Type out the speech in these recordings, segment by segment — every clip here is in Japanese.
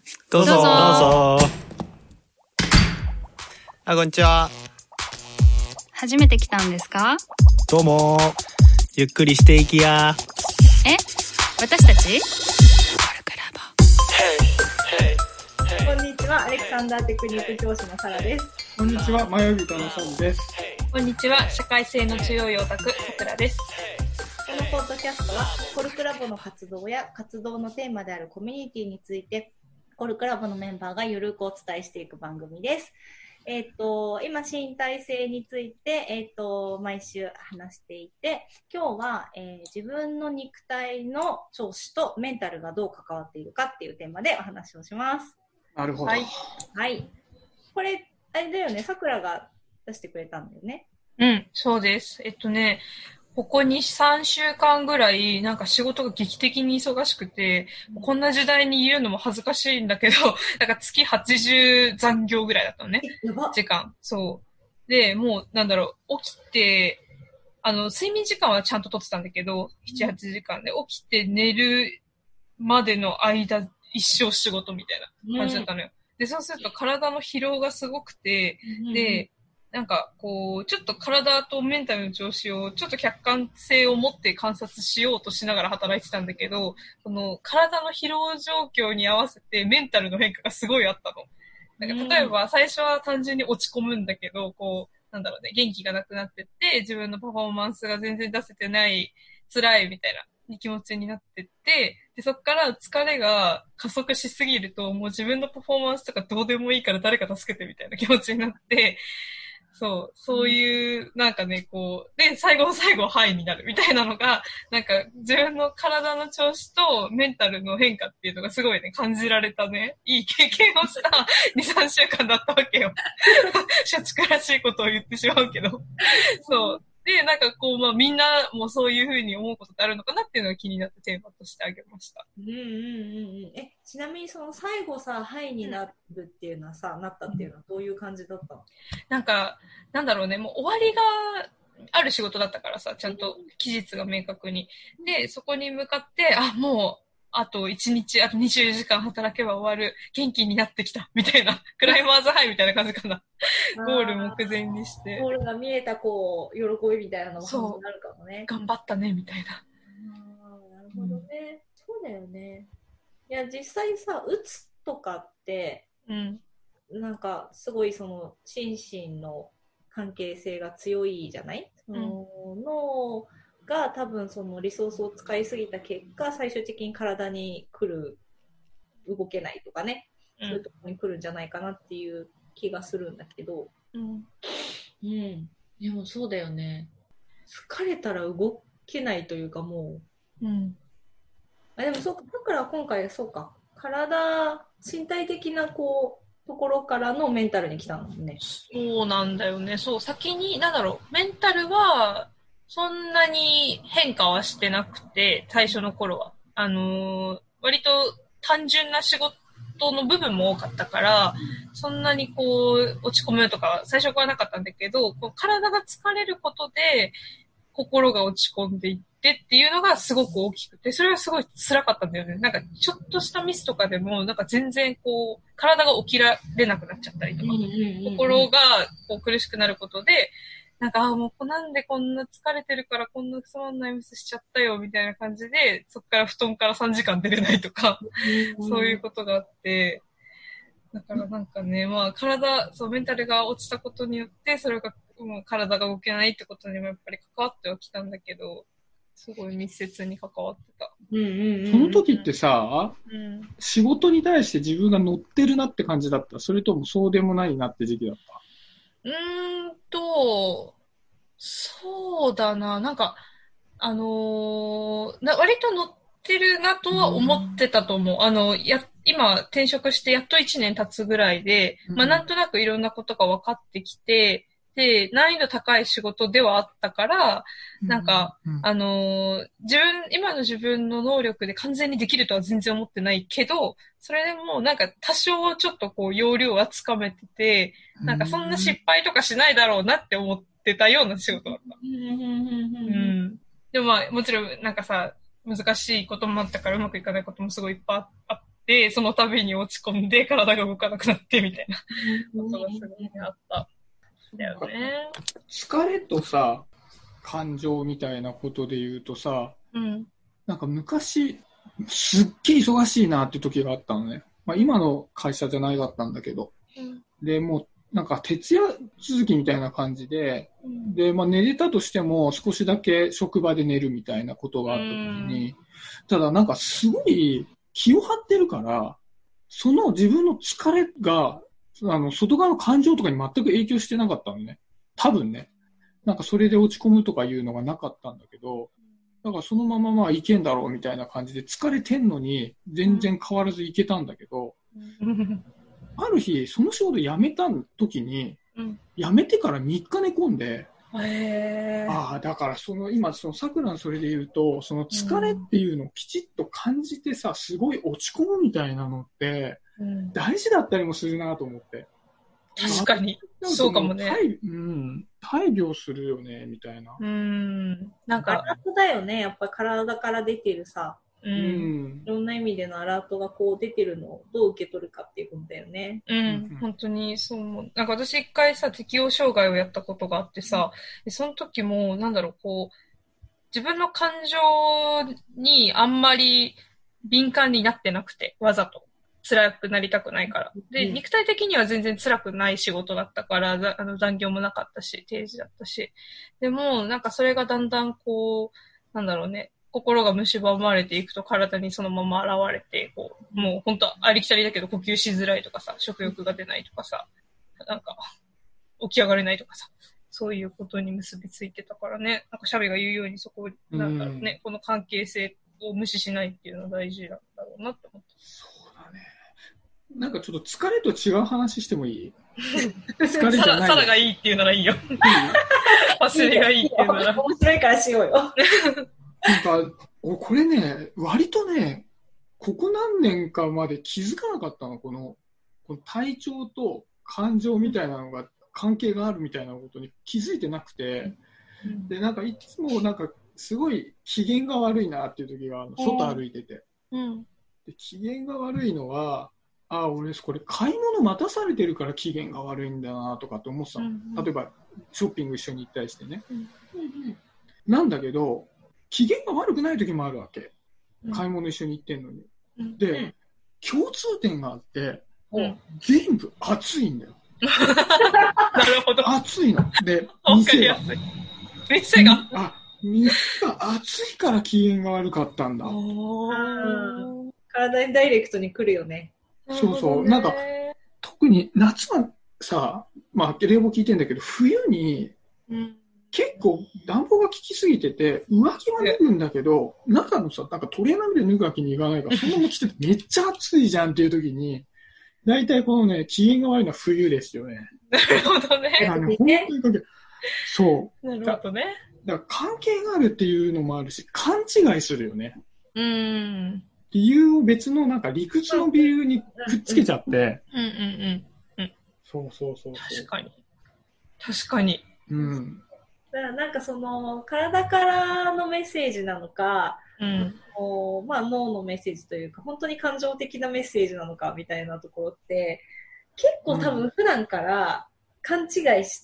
どうぞ。あ、こんにちは。 初めて来たんですか？ どうも。ゆっくりしていきや。 私たち？ こんにちは、アレクサンダーテクニック教師のサラです。 こんにちは、迷い人のソンです。 こんにちは、社会性の強いオタク、さくらです。 このポッドキャストは、コルクラボの活動や活動のテーマであるコミュニティについて、コルクラボのメンバーがゆるくお伝えしていく番組です。今、身体性について、毎週話していて、今日は、自分の肉体の調子とメンタルがどう関わっているかっていうテーマでお話をします。 なるほど。 はい。はい。これ、あれだよね、さくらが出してくれたんだよね。 うん、そうです。ここに3週間ぐらい、なんか仕事が劇的に忙しくて、こんな時代に言うのも恥ずかしいんだけど、なんか月80残業ぐらいだったのね。 やば。 時間。そう。で、もう、起きて、睡眠時間はちゃんと取ってたんだけど、7、8時間で、起きて寝るまでの間、一生仕事みたいな感じだったのよ。で、そうすると体の疲労がすごくて、で、なんかこう、ちょっと体とメンタルの調子をちょっと客観性を持って観察しようとしながら働いてたんだけど、この体の疲労状況に合わせてメンタルの変化がすごいあったの。なんか例えば最初は単純に落ち込むんだけど、こう、元気がなくなってって、自分のパフォーマンスが全然出せてない、辛いみたいな気持ちになってって、で、そっから疲れが加速しすぎると、もう自分のパフォーマンスとかどうでもいいから誰か助けてみたいな気持ちになって、そういう、なんかね、こう、で、最後の最後、ハイになるみたいなのが、なんか、自分の体の調子とメンタルの変化っていうのがすごいね、感じられたね、いい経験をした2、3週間だったわけよ。社畜らしいことを言ってしまうけど。そう。で、なんかこう、みんなもそういうふうに思うことってあるのかなっていうのが気になってテーマとしてあげました。 ちなみにその最後さ、ハイになるっていうのはさ、なったっていうのはどういう感じだったの？ なんか、なんだろうね、もう終わりがある仕事だったからさ、ちゃんと期日が明確に。で、そこに向かって、もう、あと1日、あと24時間働けば終わる、元気になってきた、みたいな、クライマーズハイみたいな感じかな。ゴール目前にして。 ゴールが見えた、こう、喜びみたいなのも感じになるかもね。 頑張ったね、みたいな。 なるほどね。そうだよね。いや、実際さ、うつとかって、なんか、すごいその、心身の関係性が強いじゃない？脳が多分そのリソースを使いすぎた結果、最終的に体に来る、動けないとかね、そういうところに来るんじゃないかなっていう気がするんだけど、でもそうだよね。疲れたら動けないというかもう、でもそうか、だから今回そうか、身体的なこう、ところからのメンタルに来たのね。 そうなんだよね。そう、先に、メンタルは、そんなに変化はしてなくて、最初の頃は。割と単純な仕事の部分も多かったから、そんなにこう、落ち込むとか、最初からなかったんだけど、こう体が疲れることで、心が落ち込んでいってっていうのがすごく大きくて、それはすごい辛かったんだよね。なんかちょっとしたミスとかでも、なんか全然こう、体が起きられなくなっちゃったりとか、心がこう苦しくなることで、なんか、もうなんでこんな疲れてるからこんなつまんないミスしちゃったよみたいな感じで、そっから布団から3時間出れないとか、そういうことがあって、だからなんかね、メンタルが落ちたことによって、それがもう体が動けないってことにもやっぱり関わってはきたんだけど、すごい密接に関わってた。 その時ってさ、仕事に対して自分が乗ってるなって感じだった？それともそうでもないなって時期だった？ そうだな、なんか、割と乗ってるなとは思ってたと思う。今転職してやっと1年経つぐらいで、なんとなくいろんなことが分かってきて、で、難易度高い仕事ではあったから、なんか、今の自分の能力で完全にできるとは全然思ってないけど、それでもなんか多少ちょっとこう要領はつかめてて、なんかそんな失敗とかしないだろうなって思ってたような仕事だった。でももちろんなんかさ、難しいこともあったからうまくいかないこともすごいいっぱいあっで、その度に落ち込んで体が動かなくなってみたいなことがすごいあった。だよね。 疲れとさ、感情みたいなことで言うとさ、なんか昔、すっげえ忙しいなって時があったのね。まあ今の会社じゃないかったんだけど。で、もうなんか徹夜続きみたいな感じで、で、まあ寝れたとしても少しだけ職場で寝るみたいなことがあった時に、ただなんかすごい気を張ってるから、その自分の疲れが、外側の感情とかに全く影響してなかったのね。多分ね。なんかそれで落ち込むとかいうのがなかったんだけど、だからそのまままあいけんだろうみたいな感じで疲れてんのに全然変わらずいけたんだけど、ある日その仕事辞めた時に、辞めてから3日寝込んで、だから今そのさくらのそれで言うと、その疲れっていうのをきちっと感じてさ、すごい落ち込むみたいなのって大事だったりもするなと思って。 確かに。そうかもね。 大病するよね、みたいな。 なんか、アラートだよね。やっぱ体から出てるさ、いろんな意味でのアラートがこう出てるのをどう受け取るかっていうことだよね。 本当にそう思う。なんか私一回さ、適応障害をやったことがあってさ、その時も、こう、自分の感情にあんまり敏感になってなくて、わざと。辛くなりたくないから。で、肉体的には全然辛くない仕事だったから、残業もなかったし、定時だったし。でも、なんかそれがだんだんこう、心が蝕まれていくと体にそのまま現れて、こう、もう本当ありきたりだけど呼吸しづらいとかさ、食欲が出ないとかさ、なんか、起き上がれないとかさ、そういうことに結びついてたからね。なんかシャビが言うようにそこ、なんだろうね、この関係性を無視しないっていうのは大事なんだろうなって思って。 なんかちょっと疲れと違う話してもいい？疲れじゃない。 サラがいいっていうならいいよ。忘れがいいっていうなら。 面白いからしようよ。 なんか、これね、割とね、ここ何年かまで気づかなかったの。この体調と感情みたいなのが関係があるみたいなことに気づいてなくて、で、なんかいつもなんかすごい機嫌が悪いなっていう時が、外歩いてて。で、機嫌が悪いのは、俺これ買い物待たされてるから機嫌が悪いんだなとかって思ってたの。例えばショッピング一緒に行ったりしてね。なんだけど機嫌が悪くない時もあるわけ。買い物一緒に行ってんのに。で、共通点があって、全部暑いんだよ。 なるほど。 暑いの。で、 店が暑いから機嫌が悪かったんだ。 体にダイレクトに来るよね。 そうそう。なんか、特に夏はさ、まあ、冷房効いてんだけど、冬に、結構暖房が効きすぎてて、上着は脱ぐんだけど、中のさ、なんかトレーナーで脱ぐわけにいかないから、そのまま着ててめっちゃ暑いじゃんっていう時に、だいたいこのね、機嫌が悪いのは冬ですよね。 なるほどね。 本当に関係そう。 なるほどね。 だから関係があるっていうのもあるし、勘違いするよね。理由を別のなんか理屈の理由にくっつけちゃって。そう。 確かに。確かに。 だからなんか体からのメッセージなのか、まあ脳のメッセージというか、本当に感情的なメッセージなのかみたいなところって、結構多分普段から勘違いして、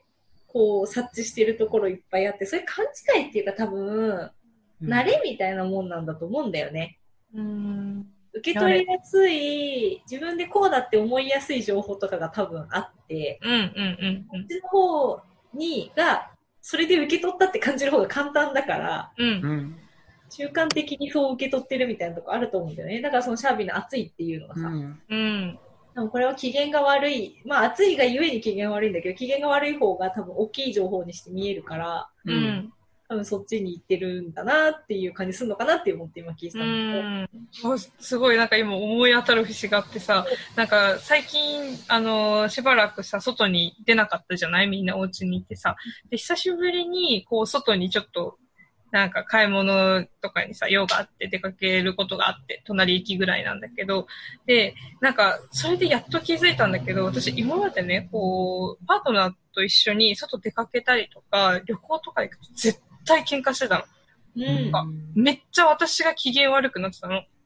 こう察知してるところいっぱいあって、それ勘違いっていうか多分、慣れみたいなもんなんだと思うんだよね。受け取りやすい、自分でこうだって思いやすい情報とかが多分あって、こっちの方が、それで受け取ったって感じる方が簡単だから、習慣的にそう受け取ってるみたいなとこあると思うんだよね。だからそのシャービーの暑いっていうのがさ、でもこれは機嫌が悪い、まあ暑いがゆえに機嫌が悪いんだけど、機嫌が悪い方が多分大きい情報にして見えるから、多分そっちに行ってるんだなっていう感じするのかなって思って今聞いてたんだけど。 すごいなんか今思い当たる節があってさ、なんか最近しばらくさ外に出なかったじゃない？みんなお家にいてさ。で久しぶりにこう外にちょっとなんか買い物とかにさ用があって出かけることがあって、隣駅ぐらいなんだけど、でなんかそれでやっと気づいたんだけど、私今までねこうパートナーと一緒に外出かけたりとか旅行とか行くと絶対喧嘩してたの。めっちゃ私が機嫌悪くなってたの。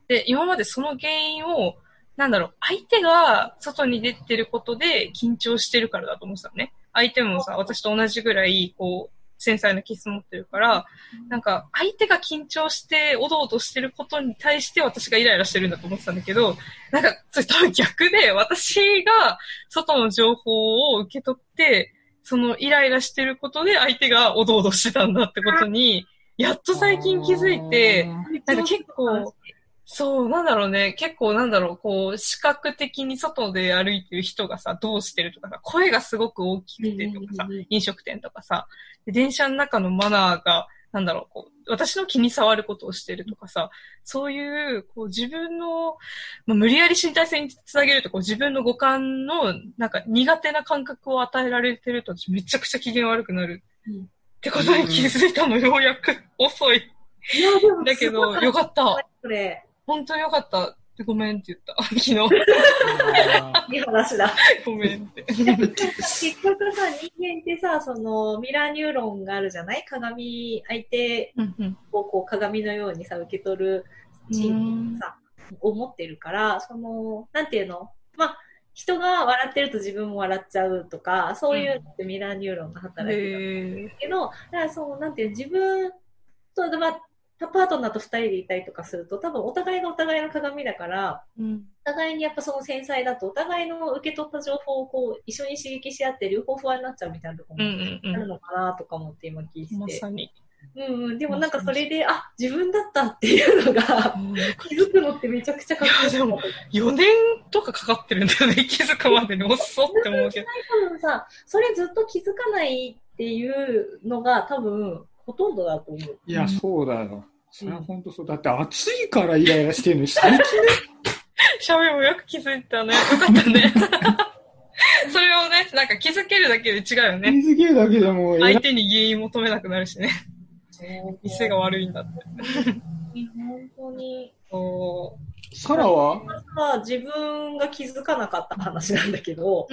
で、今までその原因を、相手が外に出てることで緊張してるからだと思ってたのね。相手もさ、私と同じぐらい、繊細な気質持ってるから、相手が緊張して、おどおどしてることに対して私がイライラしてるんだと思ってたんだけど、それ多分逆で、私が外の情報を受け取って、そのイライラしてることで相手がおどおどしてたんだってことに、やっと最近気づいて、結構、そう、結構視覚的に外で歩いてる人がさ、どうしてるとかさ、声がすごく大きくてとかさ、飲食店とかさ、で電車の中のマナーが、私の気に障ることをしてるとかさ、そういう、自分の、無理やり身体性につなげると、自分の五感の、苦手な感覚を与えられてると、めちゃくちゃ機嫌悪くなる。ってことに気づいたの、ようやく。遅い。だけど、よかった。本当によかった。ごめんって言った。昨日。 いい話だ。 ごめんって。 結局さ、人間ってさ、ミラーニューロンがあるじゃない？相手を鏡のようにさ、受け取る心理さ、思ってるから、なんていうの？人が笑ってると自分も笑っちゃうとか、そういうのってミラーニューロンが働いてるんですけど、だからなんていう、自分と、パートナーと二人でいたりとかすると、多分お互いがお互いの鏡だから、お互いにやっぱその繊細だと、お互いの受け取った情報を一緒に刺激し合って両方不安になっちゃうみたいなところもあるのかなとか思って今聞いてて。 まさに。 でもそれで、自分だったっていうのが、気づくのってめちゃくちゃかっこいい。 でも、4年とかかかってるんだよね、気づくまでに。遅って思うけど。 多分さ、それずっと気づかないっていうのが多分、ほとんどだと思う。 いや、そうだよ。それは本当そう。だって暑いからイライラしてるのに最近ね。 シャメもよく気づいたね。よかったね。それをね、気づけるだけで違うよね。 気づけるだけでも相手に原因求めなくなるしね。店が悪いんだって。 本当に。 サラは自分が気づかなかった話なんだけど、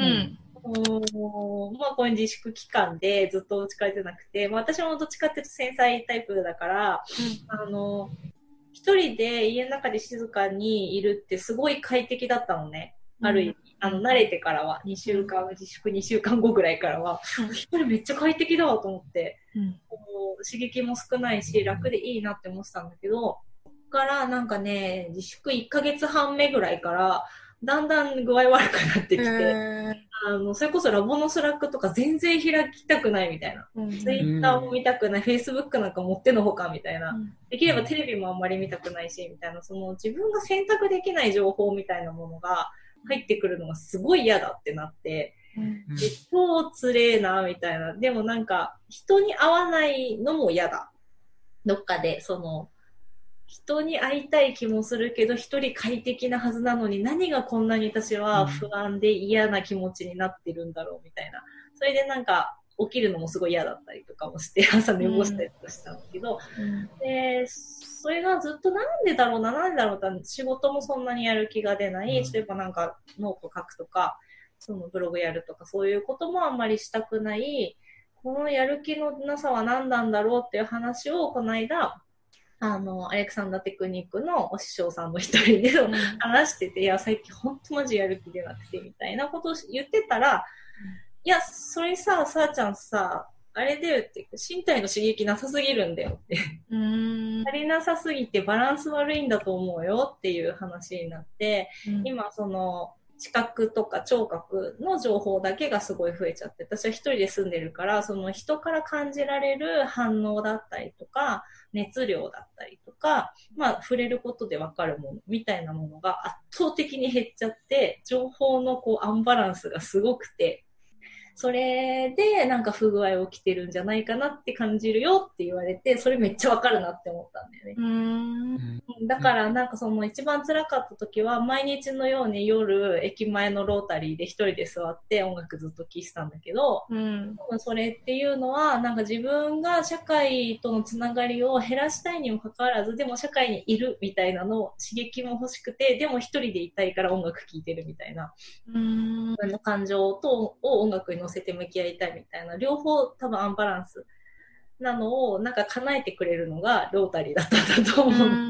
こういう自粛期間でずっと疲れてなくて、私もどっちかっていうと繊細タイプだから、一人で家の中で静かにいるってすごい快適だったのね。ある意味。慣れてからは、自粛2週間後ぐらいからは、一人めっちゃ快適だわと思って、刺激も少ないし、楽でいいなって思ってたんだけど、ここから自粛1ヶ月半目ぐらいから、だんだん具合悪くなってきて、それこそラボのスラックとか全然開きたくないみたいな。ツイッターも見たくない、フェイスブックなんか持ってのほかみたいな。できればテレビもあんまり見たくないし、みたいな、自分が選択できない情報みたいなものが入ってくるのがすごい嫌だってなって、超つれえな、みたいな。でも人に会わないのも嫌だ。どっかで、人に会いたい気もするけど、一人快適なはずなのに、何がこんなに私は不安で嫌な気持ちになってるんだろうみたいな。それで起きるのもすごい嫌だったりとかもして、朝寝坊したりとかしたんだけど、で、それがずっとなんでだろうって仕事もそんなにやる気が出ない。例えばノート書くとか、ブログやるとか、そういうこともあんまりしたくない。このやる気のなさは何なんだろうっていう話をこの間、アレクサンダーテクニックのお師匠さんの一人で話してて、いや、最近ほんとマジやる気出なくて、みたいなことを言ってたら、いや、それさ、さあちゃんさ、あれだよって、身体の刺激なさすぎるんだよって。足りなさすぎてバランス悪いんだと思うよっていう話になって、今視覚とか聴覚の情報だけがすごい増えちゃって、私は一人で住んでるから、人から感じられる反応だったりとか、熱量だったりとか、触れることでわかるものみたいなものが圧倒的に減っちゃって、情報のアンバランスがすごくて、それで不具合起きてるんじゃないかなって感じるよって言われて、それめっちゃわかるなって思ったんだよね。だから一番辛かった時は毎日のように夜駅前のロータリーで一人で座って音楽ずっと聴いてたんだけど、それっていうのは自分が社会とのつながりを減らしたいにもかかわらず、でも社会にいるみたいなの刺激も欲しくて、でも一人でいたいから音楽聴いてるみたいな感情を音楽に乗せて向き合いたいみたいな、両方多分アンバランスなのを叶えてくれるのがロータリーだったんだと思う。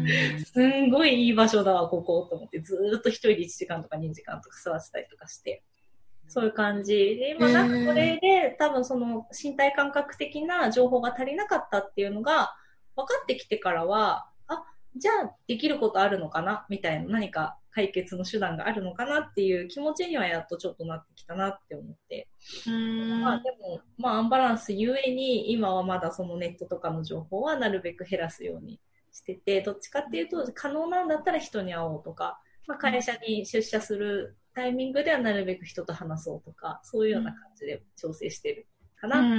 すんごいいい場所だわ、ここ、と思って、ずーっと一人で1時間とか2時間とか座ってたりとかして、そういう感じで、今なんかこれで多分その身体感覚的な情報が足りなかったっていうのが分かってきてからは、あ、じゃあできることあるのかなみたいな、何か解決の手段があるのかなっていう気持ちにはやっとちょっとなってきたなって思って。まあでも、まあアンバランスゆえに今はまだそのネットとかの情報はなるべく減らすようにしてて、どっちかっていうと可能なんだったら人に会おうとか、まあ、会社に出社するタイミングではなるべく人と話そうとか、そういうような感じで調整してるかな。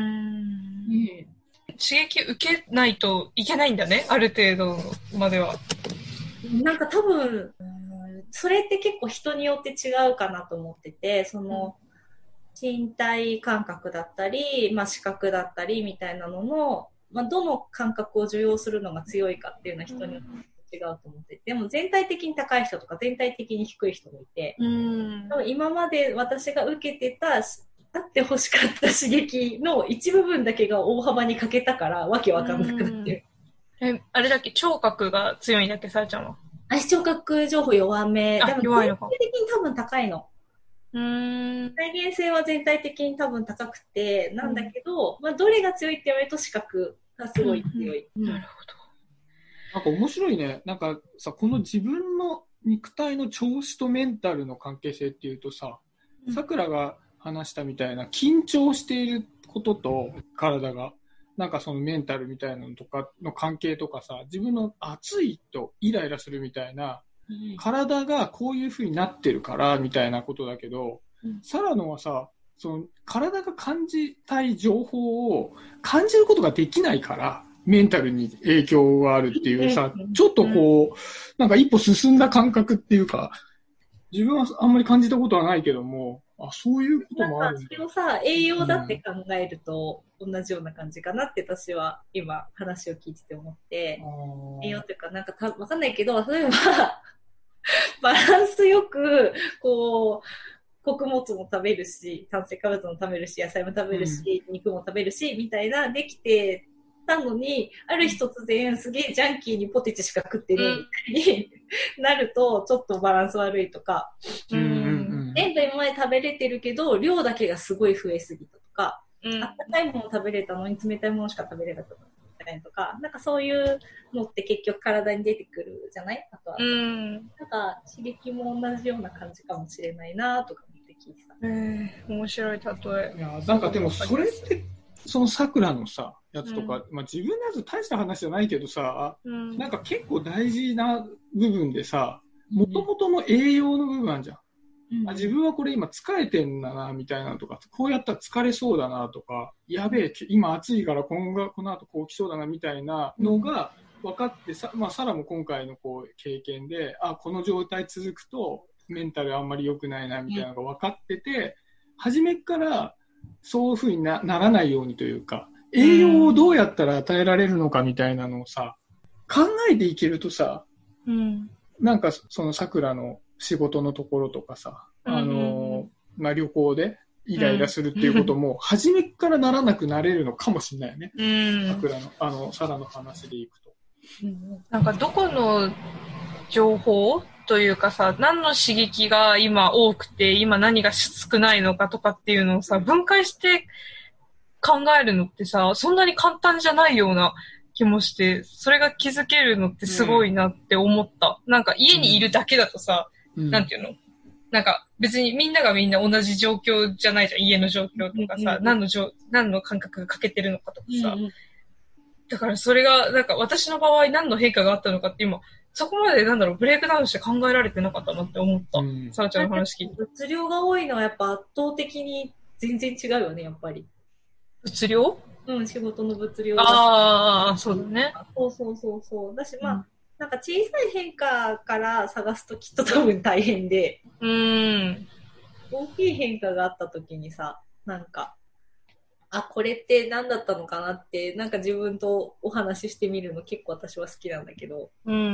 刺激受けないといけないんだね、ある程度までは。 なんか多分、それって結構人によって違うかなと思ってて、その、身体感覚だったり、まあ、視覚だったりみたいなのの、まあ、どの感覚を受容するのが強いかっていうのは人によって違うと思ってて、でも全体的に高い人とか全体的に低い人もいて、多分今まで私が受けてたあって欲しかった刺激の一部分だけが大幅に欠けたからわけわかんなくなってる。 あれだっけ、聴覚が強いんだっけ、さやちゃんは。 聴覚情報弱め。でも弱いのか。 全体的に多分高いの。再現性は全体的に多分高くて、なんだけど、まあどれが強いって言われると視覚がすごい強い。 なるほど。 なんか面白いね。なんかさ、この自分の肉体の調子とメンタルの関係性っていうとさ、さくらが話したみたいな緊張していることと体が、なんかそのメンタルみたいなのとかの関係とかさ、自分の暑いとイライラするみたいな、体がこういう風になってるからみたいなことだけど、サラノはさ、その体が感じたい情報を感じることができないから、メンタルに影響があるっていうさ、ちょっとこう、なんか一歩進んだ感覚っていうか、自分はあんまり感じたことはないけども、あ、そういうこともあるんだ。 それをさ、栄養だって考えると、同じような感じかなって私は今話を聞いてて思って、栄養っていうかなんかわかんないけど、例えば、バランスよく、こう、穀物も食べるし、炭水化物も食べるし、野菜も食べるし、肉も食べるし、みたいな、できてたのに、ある日突然すげえジャンキーにポテチしか食ってねえみたいになると、ちょっとバランス悪いとか、塩分まで食べれてるけど、量だけがすごい増えすぎたとか、あったかいもの食べれたのに冷たいものしか食べれなかったみたいなとか、なんかそういうのって結局体に出てくるじゃない？あとは、なんか刺激も同じような感じかもしれないなとか思って聞いてた。 面白い例え。 いや、なんかでもそれって、その桜のさ、やつとか、まあ自分のやつ大した話じゃないけどさ、なんか結構大事な部分でさ、元々の栄養の部分あるじゃん。自分はこれ今疲れてんだなみたいなとか、こうやったら疲れそうだなとか、やべえ今暑いからこの後こう来そうだなみたいなのが分かってさ、まあサラも今回のこう経験で、この状態続くとメンタルあんまり良くないなみたいなのが分かってて、初めからそういう風に ならないようにというか、栄養をどうやったら与えられるのかみたいなのをさ、考えていけるとさ、なんかその桜の仕事のところとかさ、まあ、旅行でイライラするっていうことも、初めからならなくなれるのかもしれないよね。桜の、サラの話でいくと。 なんかどこの情報というかさ、何の刺激が今多くて、今何が少ないのかとかっていうのをさ、分解して考えるのってさ、そんなに簡単じゃないような気もして、それが気づけるのってすごいなって思った。なんか家にいるだけだとさ、なんていうの？なんか別にみんながみんな同じ状況じゃないじゃん。家の状況とかさ、何の感覚が欠けてるのかとかさ。だからそれが、なんか私の場合何の変化があったのかって今、そこまでブレイクダウンして考えられてなかったなって思った。さらちゃんの話聞いて。 物量が多いのはやっぱ圧倒的に全然違うよね、やっぱり。 物量？ 仕事の物量が。 そうだね。 そう。だし、まあ、なんか小さい変化から探すときっと多分大変で、大きい変化があったときにさ、なんか、これって何だったのかなって、なんか自分とお話ししてみるの結構私は好きなんだけど。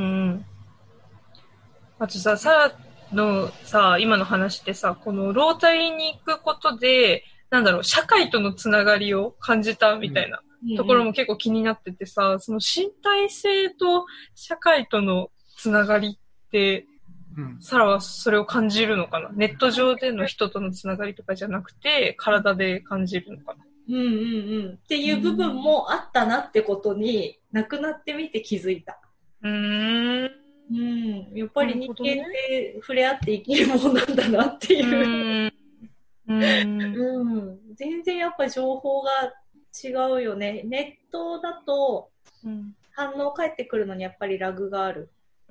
あとさ、サラのさ、今の話ってさ、このロータリーに行くことで、社会とのつながりを感じたみたいなところも結構気になっててさ、その身体性と社会とのつながりって、サラはそれを感じるのかな？ネット上での人とのつながりとかじゃなくて、体で感じるのかな？ っていう部分もあったなってことに、亡くなってみて気づいた。やっぱり人間って触れ合って生きるもんなんだなっていう。全然やっぱ情報が違うよね。ネットだと、反応返ってくるのにやっぱりラグがある。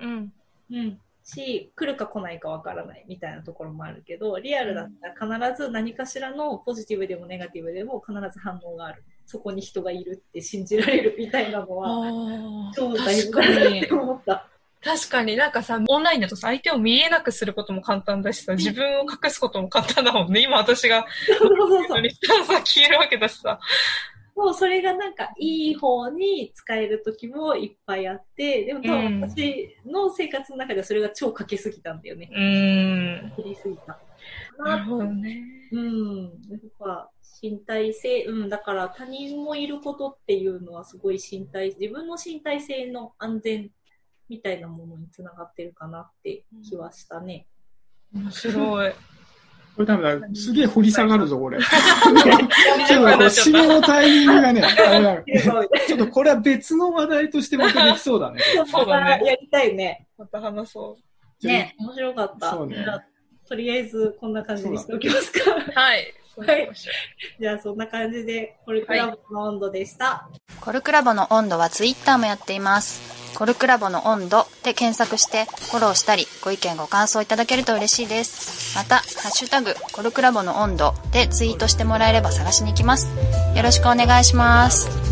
し、来るか来ないかわからないみたいなところもあるけど、リアルだったら必ず何かしらのポジティブでもネガティブでも必ず反応がある。そこに人がいるって信じられるみたいなのは、超大事だなって思った。 確かになんかさ、オンラインだとさ、相手を見えなくすることも簡単だしさ、自分を隠すことも簡単だもんね。今私が、消えるわけだしさ。 もうそれがなんかいい方に使える時もいっぱいあって、でも多分私の生活の中ではそれが超かけすぎたんだよね。切りすぎた。 なるほどね。 やっぱ身体性、だから他人もいることっていうのはすごい自分の身体性の安全みたいなものにつながってるかなって気はしたね。 面白い。 これ多分すげえ掘り下がるぞ、これ。ちょっと締めのタイミングがね、ちょっとこれは別の話題としてまたできそうだね。 そうだね。やりたいね。 また話そう。 ね、面白かった。そうね。とりあえずこんな感じにしておきますか。 はい。 じゃあそんな感じでコルクラボの温度でした。 コルクラボの温度はツイッターもやっています。コルクラボの温度で検索してフォローしたりご意見ご感想いただけると嬉しいです。またハッシュタグコルクラボの温度でツイートしてもらえれば探しに行きます。よろしくお願いします。